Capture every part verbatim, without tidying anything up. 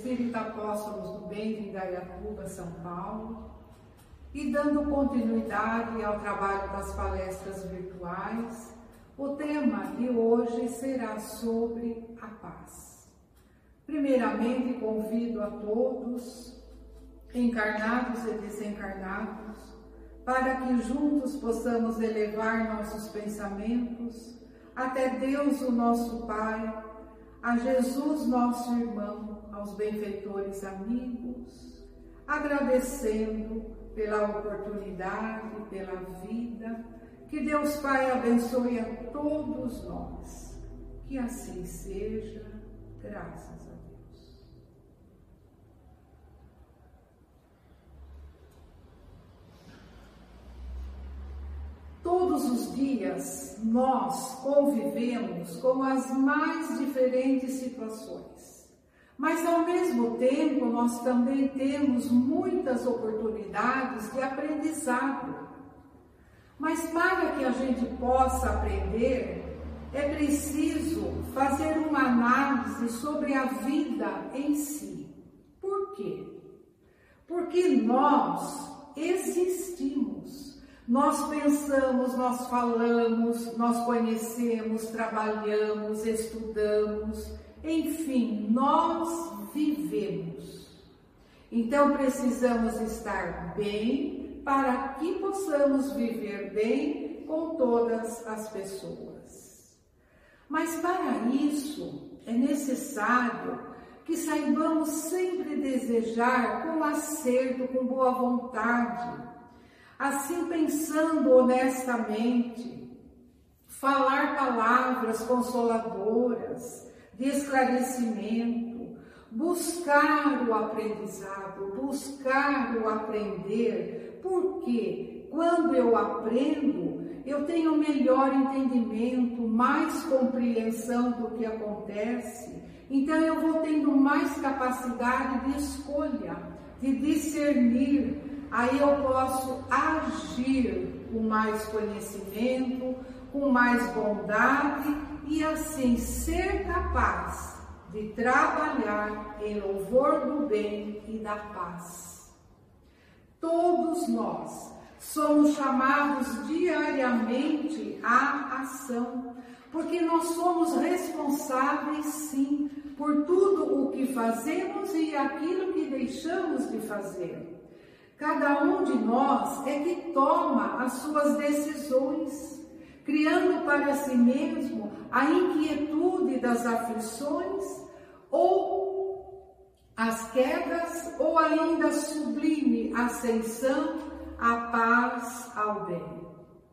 Espírita Apóstolos do Bem de Indaiatuba, São Paulo, e dando continuidade ao trabalho das palestras virtuais, o tema de hoje será sobre a paz. Primeiramente, convido a todos, encarnados e desencarnados, para que juntos possamos elevar nossos pensamentos até Deus, o nosso Pai, a Jesus, nosso irmão, aos benfeitores amigos, agradecendo pela oportunidade, pela vida. Que Deus Pai abençoe a todos nós. Que assim seja, graças a Deus. Todos os dias nós convivemos com as mais diferentes situações, mas ao mesmo tempo nós também temos muitas oportunidades de aprendizado. Mas para que a gente possa aprender, é preciso fazer uma análise sobre a vida em si. Por quê? Porque nós existimos. Nós pensamos, nós falamos, nós conhecemos, trabalhamos, estudamos, enfim, nós vivemos. Então precisamos estar bem para que possamos viver bem com todas as pessoas. Mas para isso é necessário que saibamos sempre desejar com acerto, com boa vontade, assim pensando honestamente, falar palavras consoladoras, de esclarecimento, buscar o aprendizado, buscar o aprender, porque quando eu aprendo, eu tenho melhor entendimento, mais compreensão do que acontece, então eu vou tendo mais capacidade de escolha, de discernir. Aí eu posso agir com mais conhecimento, com mais bondade e assim ser capaz de trabalhar em louvor do bem e da paz. Todos nós somos chamados diariamente à ação, porque nós somos responsáveis, sim, por tudo o que fazemos e aquilo que deixamos de fazer. Cada um de nós é que toma as suas decisões, criando para si mesmo a inquietude das aflições, ou as quedas, ou ainda a sublime ascensão, a paz ao bem.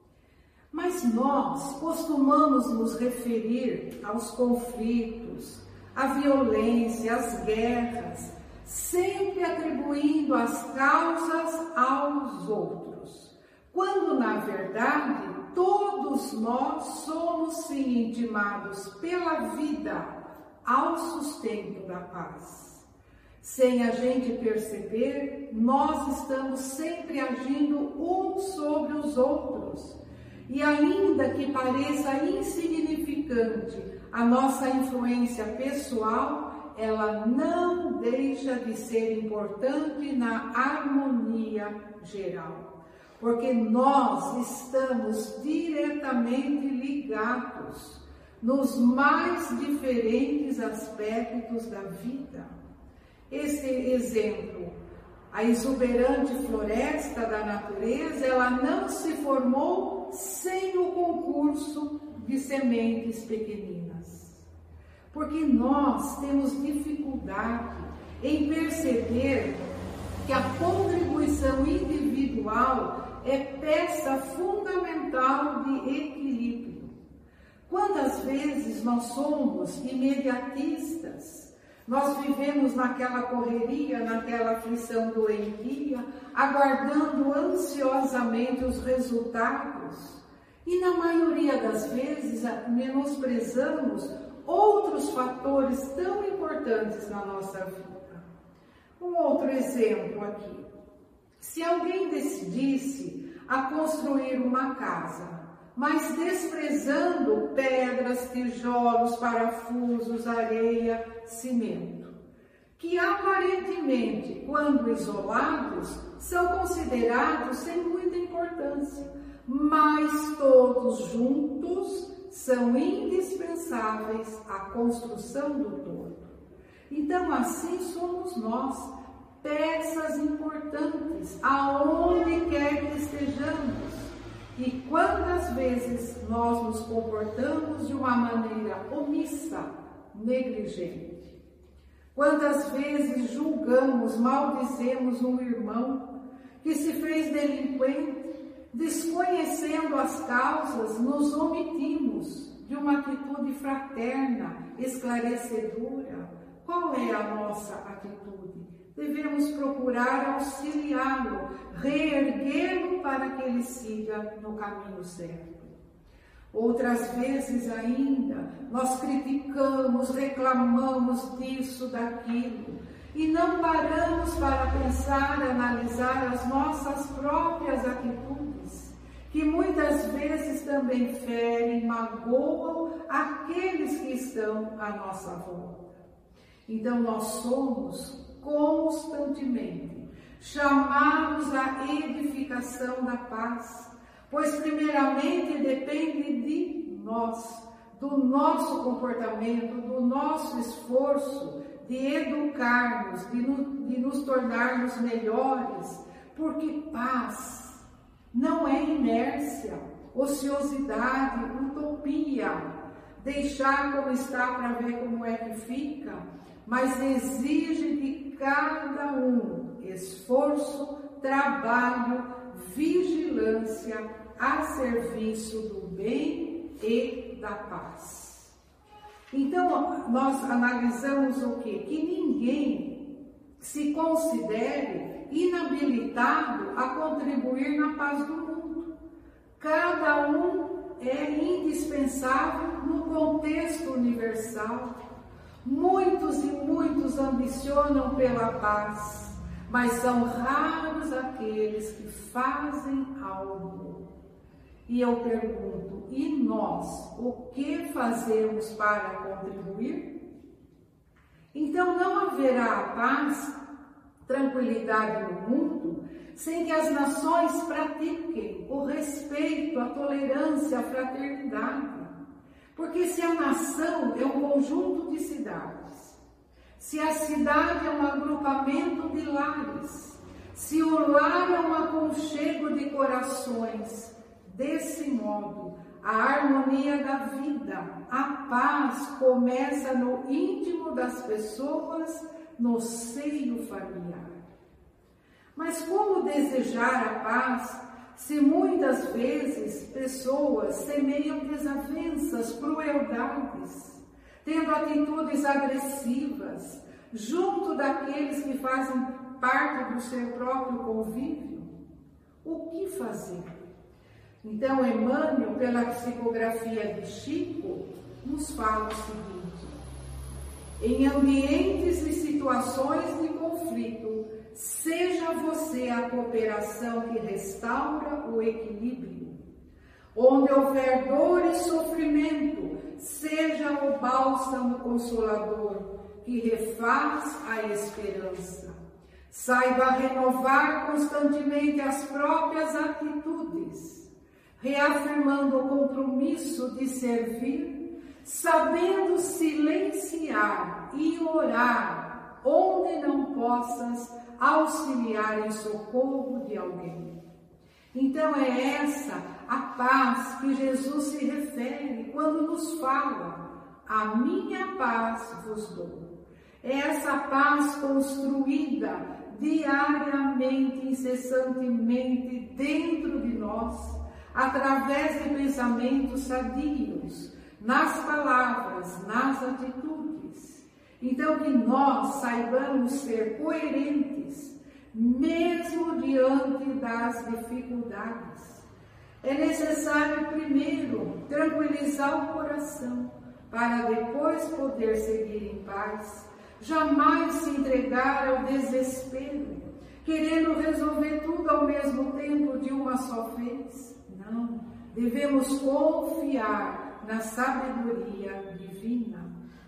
Mas nós costumamos nos referir aos conflitos, à violência, às guerras, sempre atribuindo as causas aos outros, quando na verdade todos nós somos sim intimados pela vida ao sustento da paz. Sem a gente perceber, nós estamos sempre agindo uns sobre os outros, e ainda que pareça insignificante a nossa influência pessoal, ela não deixa de ser importante na harmonia geral, porque nós estamos diretamente ligados nos mais diferentes aspectos da vida. Esse exemplo, a exuberante floresta da natureza, ela não se formou sem o concurso de sementes pequeninas. Porque nós temos dificuldade em perceber que a contribuição individual é peça fundamental de equilíbrio. Quantas vezes nós somos imediatistas, nós vivemos naquela correria, naquela aflição doentia, aguardando ansiosamente os resultados, e na maioria das vezes menosprezamos outros fatores tão importantes na nossa vida. Um outro exemplo aqui. Se alguém decidisse a construir uma casa, mas desprezando pedras, tijolos, parafusos, areia, cimento, que aparentemente, quando isolados, são considerados sem muita importância, mas todos juntos são indispensáveis à construção do todo. Então, assim somos nós, peças importantes, aonde quer que estejamos. E quantas vezes nós nos comportamos de uma maneira omissa, negligente? Quantas vezes julgamos, maldizemos um irmão que se fez delinquente, desconhecendo as causas, nos omitimos de uma atitude fraterna, esclarecedora? Qual é a nossa atitude? Devemos procurar auxiliá-lo, reerguê-lo para que ele siga no caminho certo. Outras vezes ainda, nós criticamos, reclamamos disso, daquilo, e não paramos para pensar, analisar as nossas próprias atitudes, que muitas vezes também ferem, magoam aqueles que estão à nossa volta. Então, nós somos constantemente chamados à edificação da paz, pois primeiramente depende de nós, do nosso comportamento, do nosso esforço de educarmos, de, no, de nos tornarmos melhores, porque paz não é inércia, ociosidade, utopia, deixar como está para ver como é que fica, mas exige de cada um esforço, trabalho, vigilância a serviço do bem e da paz. Então, nós analisamos o quê? Que ninguém se considere inabilitado a contribuir na paz do mundo. Cada um é indispensável no contexto universal. Muitos e muitos ambicionam pela paz, mas são raros aqueles que fazem algo. E eu pergunto, e nós, o que fazemos para contribuir? Então não haverá paz, tranquilidade no mundo, sem que as nações pratiquem o respeito, a tolerância, a fraternidade. Porque se a nação é um conjunto de cidades, se a cidade é um agrupamento de lares, se o lar é um aconchego de corações, desse modo, a harmonia da vida, a paz começa no íntimo das pessoas, no seio familiar. Mas como desejar a paz, se muitas vezes pessoas semeiam desavenças, crueldades, tendo atitudes agressivas, junto daqueles que fazem parte do seu próprio convívio? O que fazer? Então, Emmanuel, pela psicografia de Chico, nos fala o seguinte: em ambientes e situações de conflito, seja você a cooperação que restaura o equilíbrio. Onde houver dor e sofrimento, seja o bálsamo consolador que refaz a esperança. Saiba renovar constantemente as próprias atitudes, reafirmando o compromisso de servir, sabendo silenciar e orar onde não possas auxiliar em socorro de alguém. Então é essa a paz que Jesus se refere quando nos fala: a minha paz vos dou. É essa paz construída diariamente, incessantemente dentro de nós, através de pensamentos sadios, nas palavras, nas atitudes. Então que nós saibamos ser coerentes, mesmo diante das dificuldades. É necessário primeiro tranquilizar o coração, para depois poder seguir em paz. Jamais se entregar ao desespero, querendo resolver tudo ao mesmo tempo de uma só vez. Não, devemos confiar na sabedoria divina.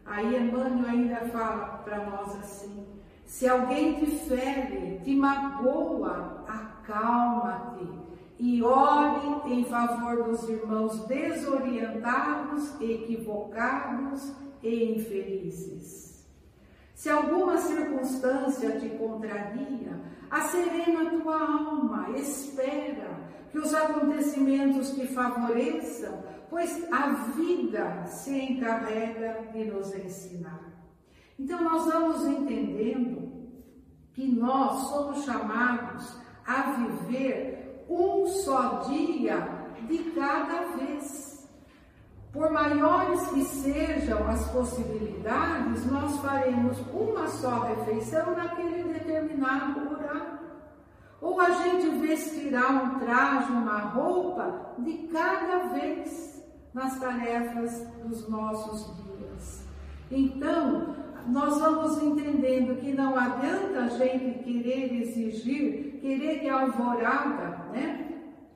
Aí Emmanuel ainda fala para nós assim: se alguém te fere, te magoa, acalma-te e ore em favor dos irmãos desorientados, equivocados e infelizes. Se alguma circunstância te contraria, acerena tua alma, espera que os acontecimentos te favoreçam, pois a vida se encarrega de nos ensinar. Então nós vamos entendendo que nós somos chamados a viver um só dia de cada vez. Por maiores que sejam as possibilidades, nós faremos uma só refeição naquele determinado horário. Ou a gente vestirá um traje, uma roupa de cada vez nas tarefas dos nossos dias. Então, nós vamos entendendo que não adianta a gente querer exigir, querer que a alvorada, né,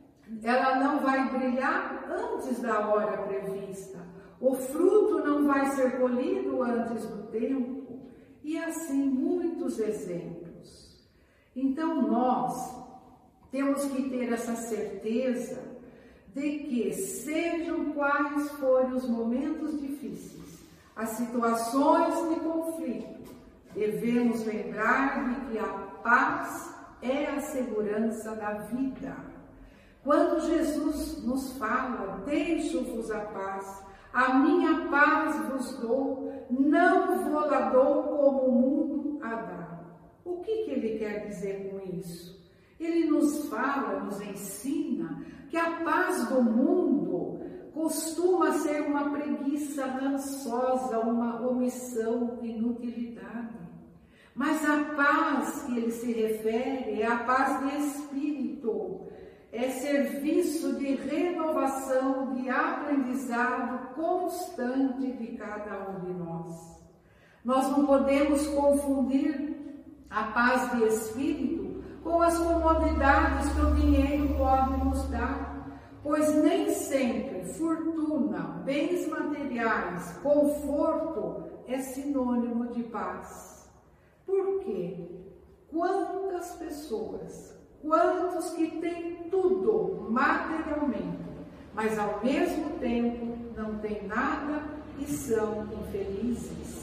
ela não vai brilhar antes da hora prevista. O fruto não vai ser colhido antes do tempo. E assim muitos exemplos. Então nós temos que ter essa certeza de que, sejam quais forem os momentos difíceis, as situações de conflito, devemos lembrar de que a paz é a segurança da vida. Quando Jesus nos fala: deixo-vos a paz, a minha paz vos dou, não vou-la dou como o mundo a dá. O que, que ele quer dizer com isso? Ele nos fala, nos ensina que a paz do mundo costuma ser uma preguiça rançosa, uma omissão, inutilidade. Mas a paz que ele se refere é a paz de espírito, é serviço de renovação, de aprendizado constante de cada um de nós. Nós não podemos confundir a paz de espírito com as comodidades que o dinheiro pode nos dar, pois nem sempre fortuna, bens materiais, conforto é sinônimo de paz. Por quê? Quantas pessoas, quantos que têm tudo materialmente, mas ao mesmo tempo não têm nada e são infelizes?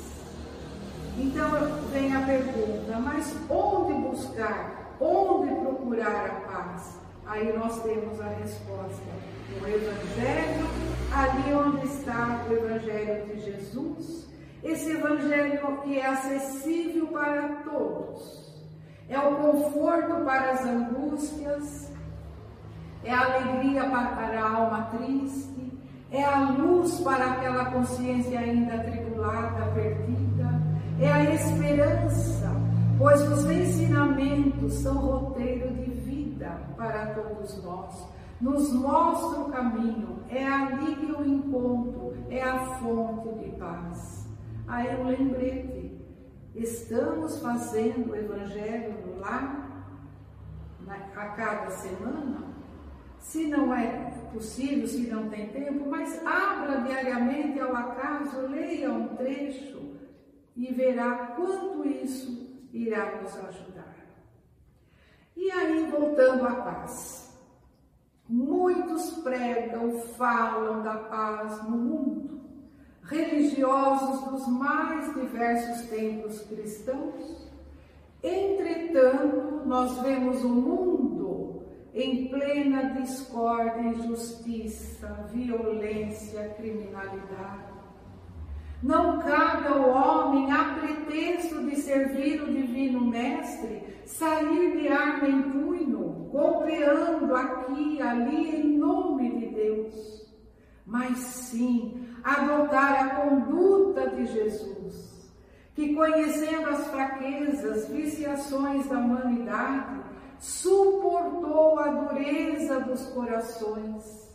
Então vem a pergunta: mas onde buscar, onde procurar a paz? Aí nós temos a resposta no Evangelho, ali onde está o Evangelho de Jesus, esse Evangelho que é acessível para todos. É o conforto para as angústias, é a alegria para a alma triste, é a luz para aquela consciência ainda atribulada, perdida, é a esperança, pois os ensinamentos são roteiro de vida para todos nós. Nos mostra o caminho, é ali que eu encontro, é a fonte de paz. Aí um lembrete: estamos fazendo o Evangelho no lar a cada semana? Se não é possível, se não tem tempo, mas abra diariamente ao acaso, leia um trecho e verá quanto isso irá nos ajudar. E aí, voltando à paz. Muitos pregam, falam da paz no mundo. Religiosos dos mais diversos templos cristãos. Entretanto, nós vemos o mundo em plena discórdia, injustiça, violência, criminalidade. Não cabe ao homem, a pretexto de servir o Divino Mestre, sair de arma em punho, golpeando aqui e ali em nome de Deus, mas sim adotar a conduta de Jesus, que, conhecendo as fraquezas, viciações da humanidade, suportou a dureza dos corações,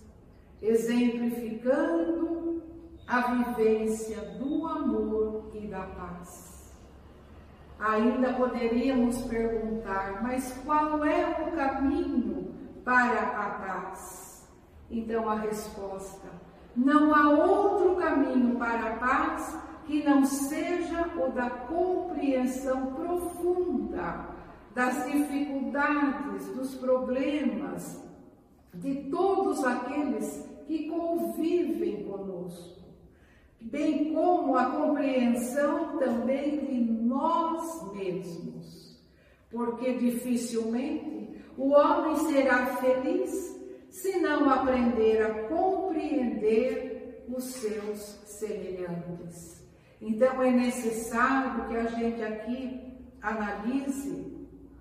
exemplificando a vivência do amor e da paz. Ainda poderíamos perguntar: mas qual é o caminho para a paz? Então a resposta: não há outro caminho para a paz que não seja o da compreensão profunda das dificuldades, dos problemas de todos aqueles que convivem conosco, bem como a compreensão também de nós mesmos, porque dificilmente o homem será feliz se não aprender a compreender os seus semelhantes. Então é necessário que a gente aqui analise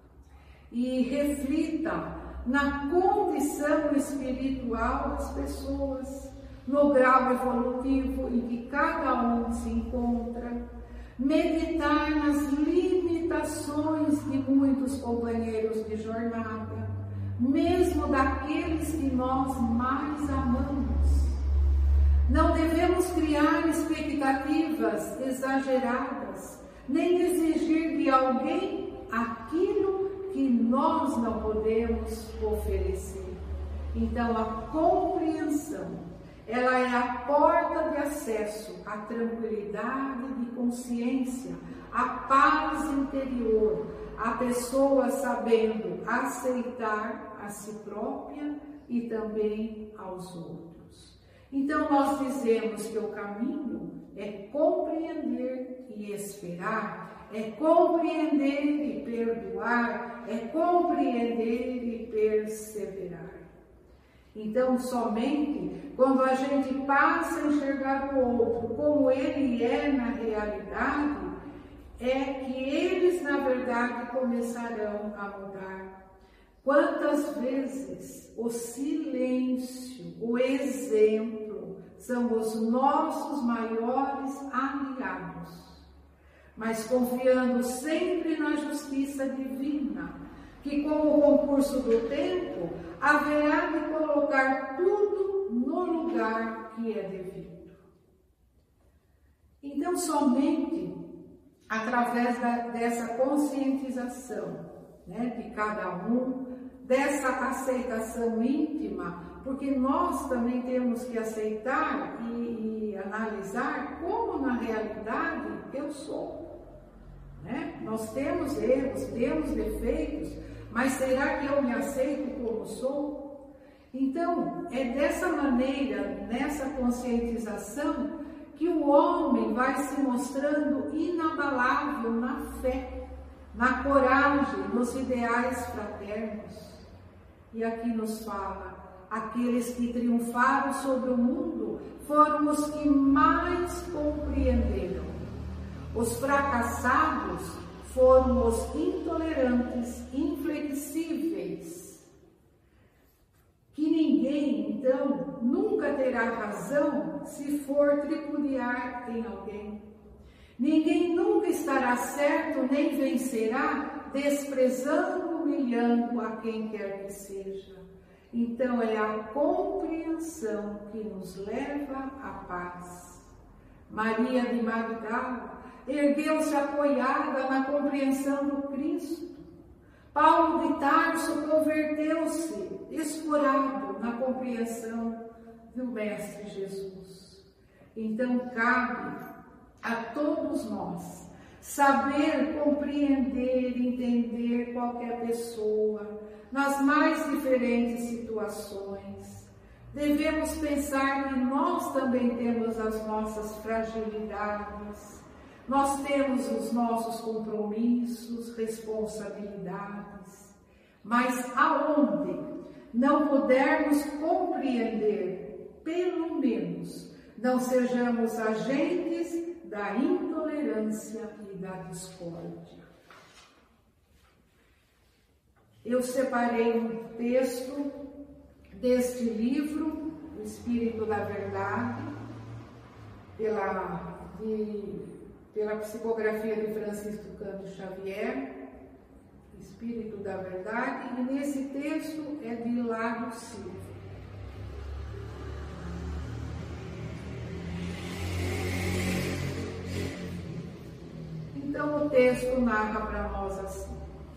e reflita na condição espiritual das pessoas, no grau evolutivo em que cada um se encontra, meditar nas limitações de muitos companheiros de jornada, mesmo daqueles que nós mais amamos. Não devemos criar expectativas exageradas, nem exigir de alguém aquilo que nós não podemos oferecer. Então, a compreensão, ela é a porta de acesso à tranquilidade de consciência, à paz interior, a pessoa sabendo aceitar a si própria e também aos outros. Então, nós dizemos que o caminho é compreender e esperar, é compreender e perdoar, é compreender e perseverar. Então, somente quando a gente passa a enxergar o outro como ele é na realidade, é que eles, na verdade, começarão a mudar. Quantas vezes o silêncio, o exemplo, são os nossos maiores aliados. Mas confiando sempre na justiça divina, que com o concurso do tempo haverá de colocar tudo no lugar que é devido. Então, somente através da, dessa conscientização, né, de cada um, dessa aceitação íntima, porque nós também temos que aceitar e, e analisar como na realidade eu sou. Né? Nós temos erros, temos defeitos, mas será que eu me aceito como sou? Então, é dessa maneira, nessa conscientização, que o homem vai se mostrando inabalável na fé, na coragem, nos ideais fraternos. E aqui nos fala, aqueles que triunfaram sobre o mundo foram os que mais compreenderam. Os fracassados foram os intolerantes, inflexíveis. Que ninguém, então, nunca terá razão se for tripudiar em alguém. Ninguém nunca estará certo nem vencerá desprezando, humilhando a quem quer que seja. Então é a compreensão que nos leva à paz. Maria de Magdala ergueu-se apoiada na compreensão do Cristo. Paulo de Tarso converteu-se escurado na compreensão do Mestre Jesus. Então cabe a todos nós saber compreender, entender qualquer pessoa nas mais diferentes situações. Devemos pensar que nós também temos as nossas fragilidades. Nós temos os nossos compromissos, responsabilidades, mas aonde não pudermos compreender, pelo menos não sejamos agentes da intolerância e da discórdia. Eu separei um texto deste livro, O Espírito da Verdade, pela de pela psicografia de Francisco Cândido Xavier, Espírito da Verdade, e nesse texto é de Hilário Silva. Então o texto narra para nós assim.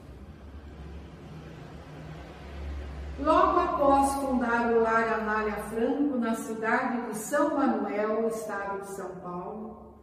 Logo após fundar o Lar Anália Franco na cidade de São Manuel, estado de São Paulo,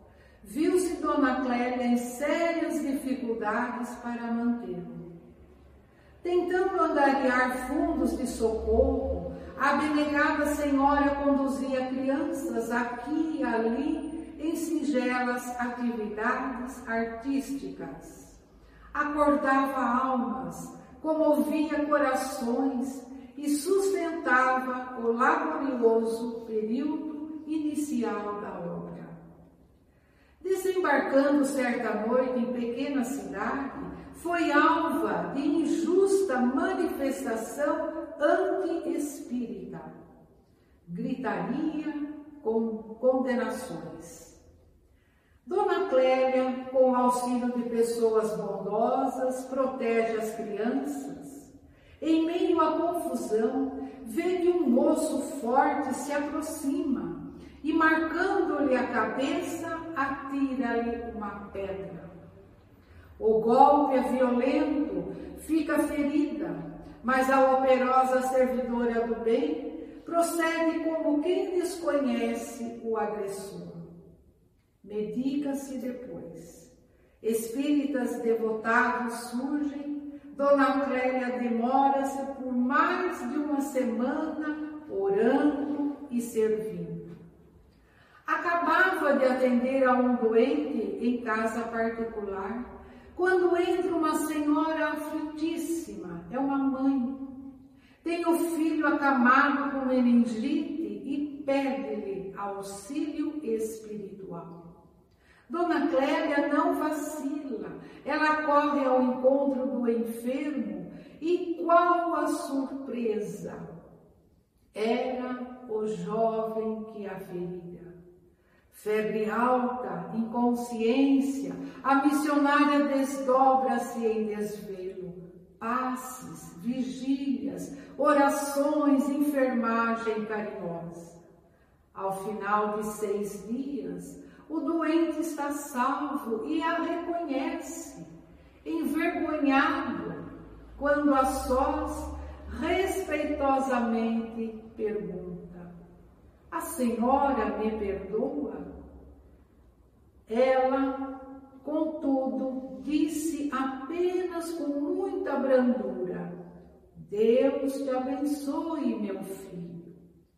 viu-se Dona Clélia em sérias dificuldades para mantê-lo. Tentando angariar fundos de socorro, a abnegada senhora conduzia crianças aqui e ali em singelas atividades artísticas. Acordava almas, comovia corações e sustentava o laborioso período inicial da obra. Desembarcando certa noite em pequena cidade, foi alva de injusta manifestação anti-espírita, gritaria com condenações. Dona Clélia, com o auxílio de pessoas bondosas, protege as crianças. Em meio à confusão, vê que um moço forte se aproxima e, marcando-lhe a cabeça, atira-lhe uma pedra. O golpe é violento, fica ferida, mas a operosa servidora do bem procede como quem desconhece o agressor. Medica-se depois. Espíritas devotados surgem. Dona Clélia demora-se por mais de uma semana orando e servindo. Acabava de atender a um doente em casa particular, quando entra uma senhora aflitíssima, é uma mãe. Tem o filho acamado com meningite e pede-lhe auxílio espiritual. Dona Clélia não vacila, ela corre ao encontro do enfermo e qual a surpresa! Era o jovem que a feria. Febre alta, inconsciência, a missionária desdobra-se em desvelo. Passes, vigílias, orações, enfermagem carinhosa. Ao final de seis dias, o doente está salvo e a reconhece, envergonhado, quando a sós respeitosamente pergunta: a senhora me perdoa? Ela, contudo, disse apenas com muita brandura: Deus te abençoe, meu filho.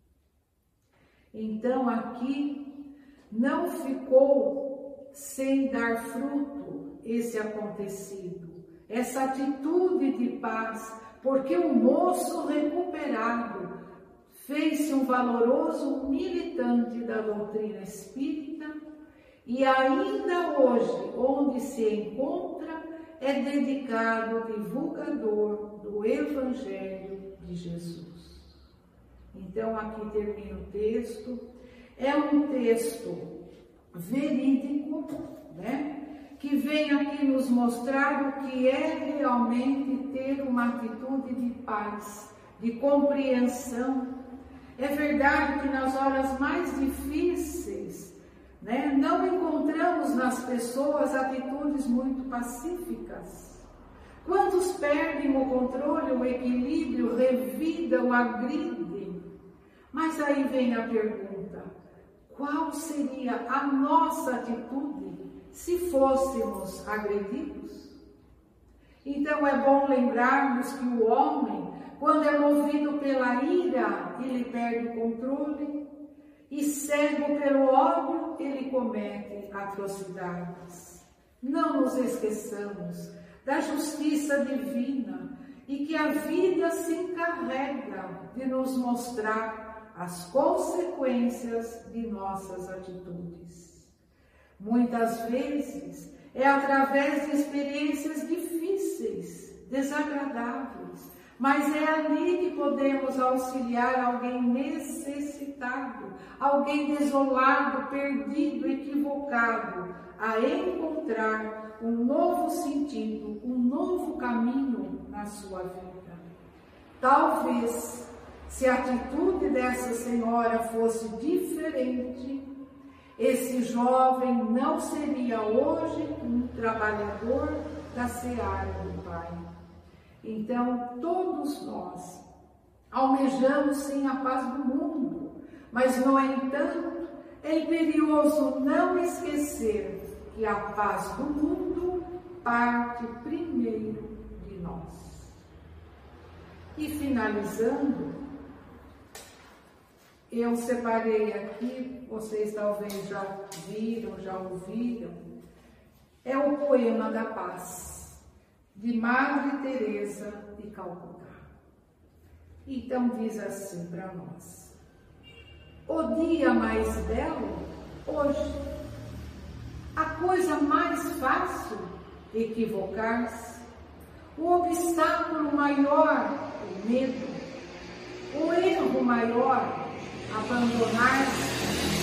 Então aqui não ficou sem dar fruto esse acontecido, essa atitude de paz, porque o moço recuperado fez-se um valoroso militante da doutrina espírita e ainda hoje, onde se encontra, é dedicado divulgador do Evangelho de Jesus. Então aqui termina o texto. É um texto verídico, né, que vem aqui nos mostrar o que é realmente ter uma atitude de paz, de compreensão. É verdade que nas horas mais difíceis, né, não encontramos nas pessoas atitudes muito pacíficas. Quantos perdem o controle, o equilíbrio, revidam, agridem? Mas aí vem a pergunta: qual seria a nossa atitude se fôssemos agredidos? Então é bom lembrarmos que o homem, quando é movido pela ira, ele perde o controle, e cego pelo ódio, ele comete atrocidades. Não nos esqueçamos da justiça divina e que a vida se encarrega de nos mostrar as consequências de nossas atitudes. Muitas vezes é através de experiências difíceis, desagradáveis, mas é ali que podemos auxiliar alguém necessitado, alguém desolado, perdido, equivocado, a encontrar um novo sentido, um novo caminho na sua vida. Talvez, se a atitude dessa senhora fosse diferente, esse jovem não seria hoje um trabalhador da seara do Pai. Então, todos nós almejamos sim a paz do mundo, mas, no entanto, é imperioso não esquecer que a paz do mundo parte primeiro de nós. E finalizando, eu separei aqui, vocês talvez já viram, já ouviram, é o Poema da Paz, de Madre Teresa de Calcutá. Então diz assim para nós: o dia mais belo, hoje. A coisa mais fácil, equivocar-se. O obstáculo maior, o medo. O erro maior, abandonar-se.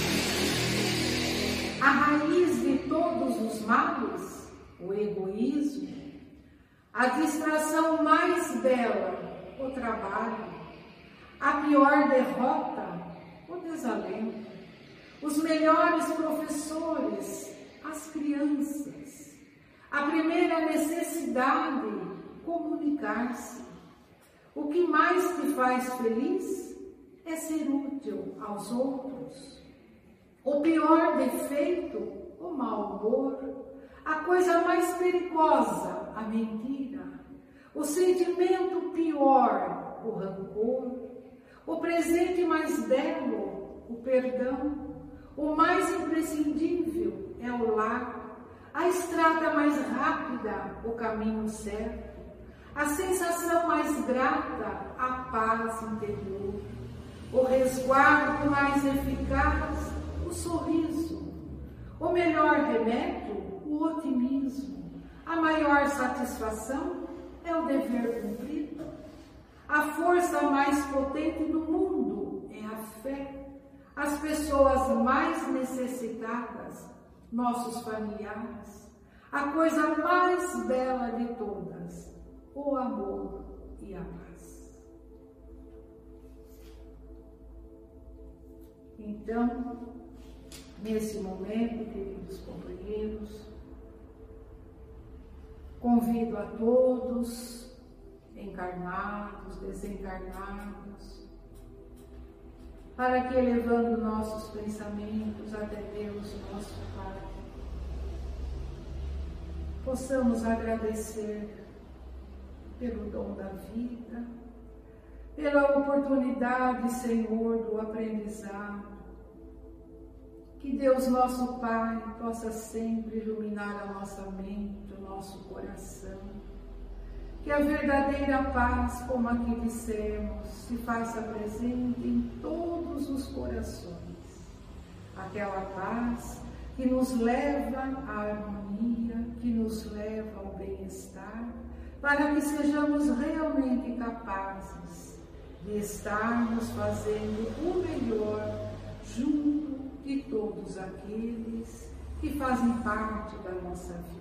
A raiz de todos os males, o egoísmo. A distração mais bela, o trabalho. A pior derrota, o desalento. Os melhores professores, as crianças. A primeira necessidade, comunicar-se. O que mais te faz feliz é ser útil aos outros. O pior defeito, o mau humor. A coisa mais perigosa, a mentira. O sentimento pior, o rancor. O presente mais belo, o perdão. O mais imprescindível é o lar. A estrada mais rápida, o caminho certo. A sensação mais grata, a paz interior. O resguardo mais eficaz, o sorriso. O melhor remédio, o otimismo. A maior satisfação é o dever cumprido. A força mais potente do mundo é a fé. As pessoas mais necessitadas, nossos familiares. A coisa mais bela de todas, o amor e a paz. Então, nesse momento, queridos companheiros, convido a todos, encarnados, desencarnados, para que, elevando nossos pensamentos até Deus, nosso Pai, possamos agradecer pelo dom da vida, pela oportunidade, Senhor, do aprendizado. Que Deus, nosso Pai, possa sempre iluminar a nossa mente, o nosso coração. Que a verdadeira paz, como aqui dissemos, se faça presente em todos os corações. Aquela paz que nos leva à harmonia, que nos leva ao bem-estar, para que sejamos realmente capazes de estarmos fazendo o melhor junto de todos aqueles que fazem parte da nossa vida.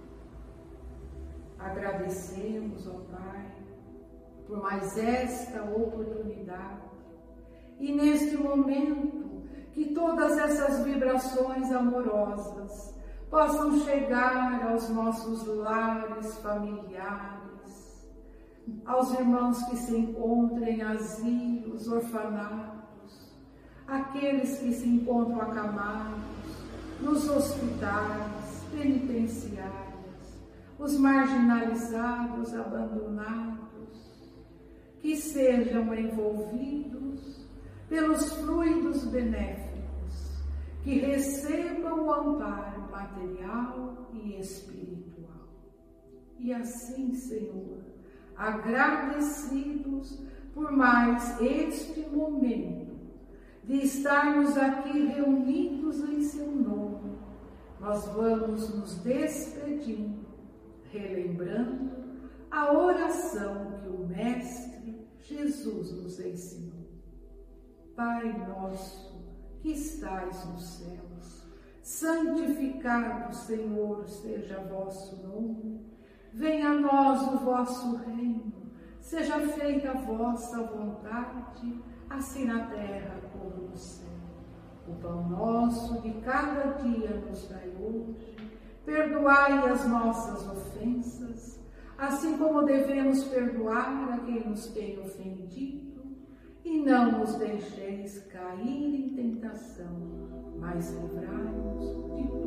Agradecemos, ó Pai, por mais esta oportunidade e neste momento que todas essas vibrações amorosas possam chegar aos nossos lares familiares, aos irmãos que se encontram em asilos, orfanatos, aqueles que se encontram acamados, nos hospitais, penitenciários, os marginalizados, abandonados, que sejam envolvidos pelos fluidos benéficos, que recebam o amparo material e espiritual. E assim, Senhor, agradecidos por mais este momento de estarmos aqui reunidos em Seu nome, nós vamos nos despedindo, relembrando a oração que o Mestre Jesus nos ensinou. Pai nosso que estais nos céus, santificado, Senhor, seja vosso nome. Venha a nós o vosso reino, seja feita a vossa vontade, assim na terra como no céu. O pão nosso de cada dia nos dai hoje. Perdoai as nossas ofensas, assim como devemos perdoar a quem nos tem ofendido. E não nos deixeis cair em tentação, mas livrai-nos de